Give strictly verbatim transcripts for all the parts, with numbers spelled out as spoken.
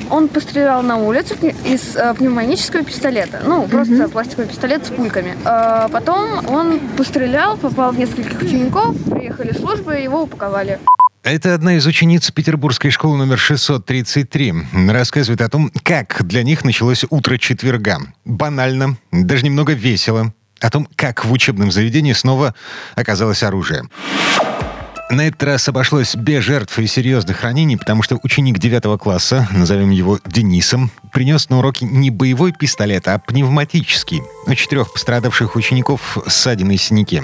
Он пострелял на улице из э, пневматического пистолета. Ну, просто mm-hmm. пластиковый пистолет с пульками. Э, потом он пострелял, попал в нескольких учеников, приехали службы, его упаковали. Это одна из учениц Петербургской школы номер шестьсот тридцать три. Рассказывает о том, как для них началось утро четверга. Банально, даже немного весело. О том, как в учебном заведении снова оказалось оружие. На этот раз обошлось без жертв и серьезных ранений, потому что ученик девятого класса, назовем его Денисом, принес на уроки не боевой пистолет, а пневматический. У четырех пострадавших учеников ссадины и синяки.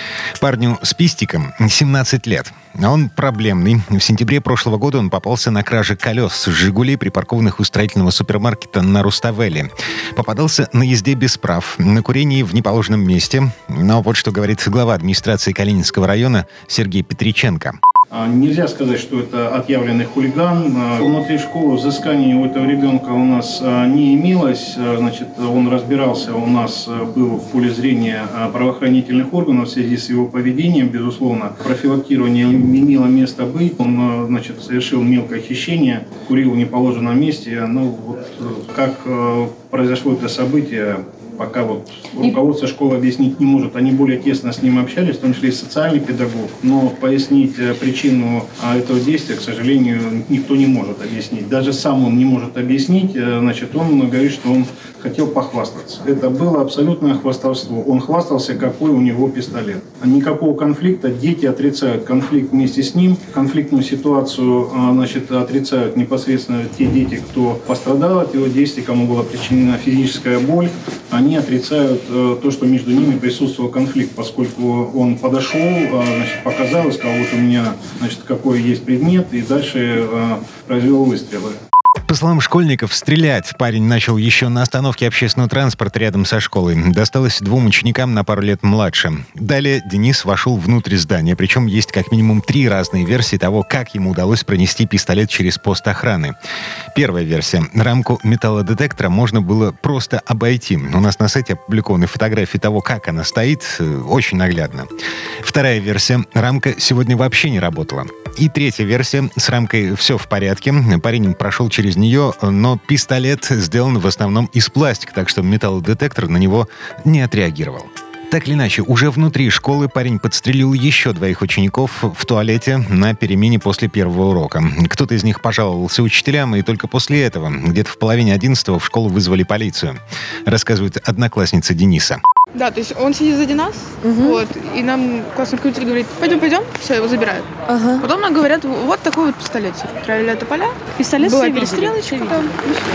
Парню с пистиком семнадцать лет. А он проблемный. В сентябре прошлого года он попался на краже колес с «Жигулей», припаркованных у строительного супермаркета на Руставели. Попадался на езде без прав, на курении в неположенном месте. Но вот что говорит глава администрации Калининского района Сергей Петриченко. Нельзя сказать, что это отъявленный хулиган. Внутри школы взыскания у этого ребенка у нас не имелось. Значит, он разбирался, у нас был в поле зрения правоохранительных органов в связи с его поведением. Безусловно, профилактирование имело место быть. Он, значит, совершил мелкое хищение, курил в неположенном месте. Ну, вот как произошло это событие, пока вот руководство школы объяснить не может. Они более тесно с ним общались, в том числе и социальный педагог. Но пояснить причину этого действия, к сожалению, никто не может объяснить. Даже сам он не может объяснить. Значит, он говорит, что он хотел похвастаться. Это было абсолютное хвастовство. Он хвастался, какой у него пистолет. Никакого конфликта. Дети отрицают конфликт вместе с ним. Конфликтную ситуацию, значит, отрицают непосредственно те дети, кто пострадал от его действий, кому была причинена физическая боль. Они отрицают э, то, что между ними присутствовал конфликт, поскольку он подошел, э, значит, показал и сказал, вот у меня, значит, какой есть предмет, и дальше э, произвел выстрелы. По словам школьников, стрелять парень начал еще на остановке общественного транспорта рядом со школой. Досталось двум ученикам на пару лет младше. Далее Денис вошел внутрь здания, причем есть как минимум три разные версии того, как ему удалось пронести пистолет через пост охраны. Первая версия. Рамку металлодетектора можно было просто обойти. У нас на сайте опубликованы фотографии того, как она стоит, очень наглядно. Вторая версия. Рамка сегодня вообще не работала. И третья версия. С рамкой все в порядке. Парень прошел через нее, но пистолет сделан в основном из пластика, так что металлодетектор на него не отреагировал. Так или иначе, уже внутри школы парень подстрелил еще двоих учеников в туалете на перемене после первого урока. Кто-то из них пожаловался учителям, и только после этого, где-то в половине одиннадцатого, в школу вызвали полицию. Рассказывает одноклассница Дениса. Да, то есть он сидит сзади нас, угу. вот, и нам классный руководитель говорит, пойдем, пойдем, все, его забирают. Ага. Потом нам говорят, вот такой вот пистолет. Отправили тополя, пистолет была все перестрелочка. видели. Там.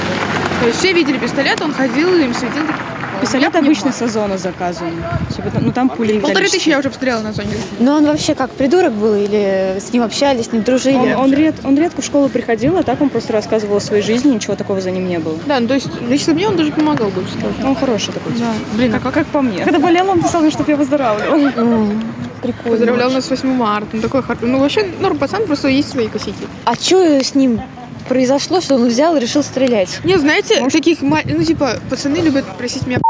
То есть все видели пистолет, он ходил, им светил. Пистолет обычно с Озона заказан. Ну там пули. Полторы тысячи я уже обстреляла на Озоне. Но он вообще как, придурок был или с ним общались, с ним дружили? Он, он, ред, он редко в школу приходил, а так он просто рассказывал о своей жизни, ничего такого за ним не было. Да, ну то есть лично мне он даже помогал больше сказать. Он хороший такой. Да. Блин, а как, как по мне? Когда болел, он писал мне, чтобы я выздоравливала. Mm, прикольно. Поздравлял нас с восьмым марта. Ну такой, ну вообще норм пацан, просто есть свои косяки. А что с ним произошло, что он взял и решил стрелять? Не, знаете, Может... таких, ну типа, пацаны любят просить меня.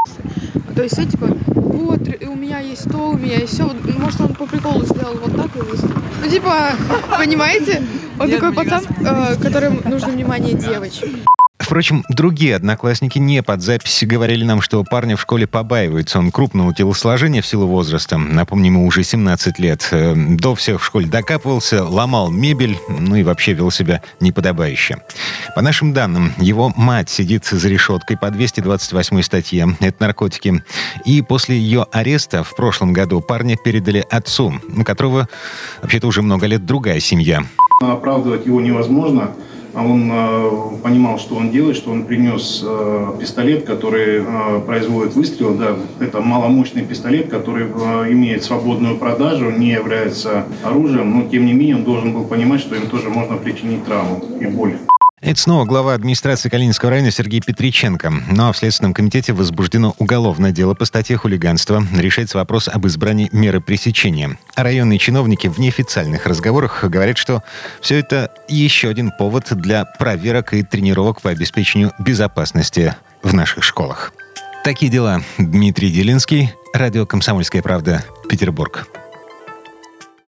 То есть, типа, вот, у меня есть то, у меня есть все. Может, он по приколу сделал вот так и выстрелил. Ну, типа, понимаете? Он такой пацан, э, которому нужно внимание девочек. Впрочем, другие одноклассники не под запись говорили нам, что парня в школе побаиваются. Он крупного телосложения в силу возраста. Напомним, ему уже семнадцать лет. До всех в школе докапывался, ломал мебель, ну и вообще вел себя неподобающе. По нашим данным, его мать сидит за решеткой по двести двадцать восьмой статье. Это наркотики. И после ее ареста в прошлом году парня передали отцу, у которого вообще-то уже много лет другая семья. Оправдывать его невозможно. Он э, понимал, что он делает, что он принес э, пистолет, который э, производит выстрел. Да, это маломощный пистолет, который э, имеет свободную продажу, не является оружием, но тем не менее он должен был понимать, что им тоже можно причинить травму и боль. Это снова глава администрации Калининского района Сергей Петриченко. Ну а в Следственном комитете возбуждено уголовное дело по статье «Хулиганство». Решается вопрос об избрании меры пресечения. А районные чиновники в неофициальных разговорах говорят, что все это еще один повод для проверок и тренировок по обеспечению безопасности в наших школах. Такие дела. Дмитрий Делинский, радио «Комсомольская правда», Петербург.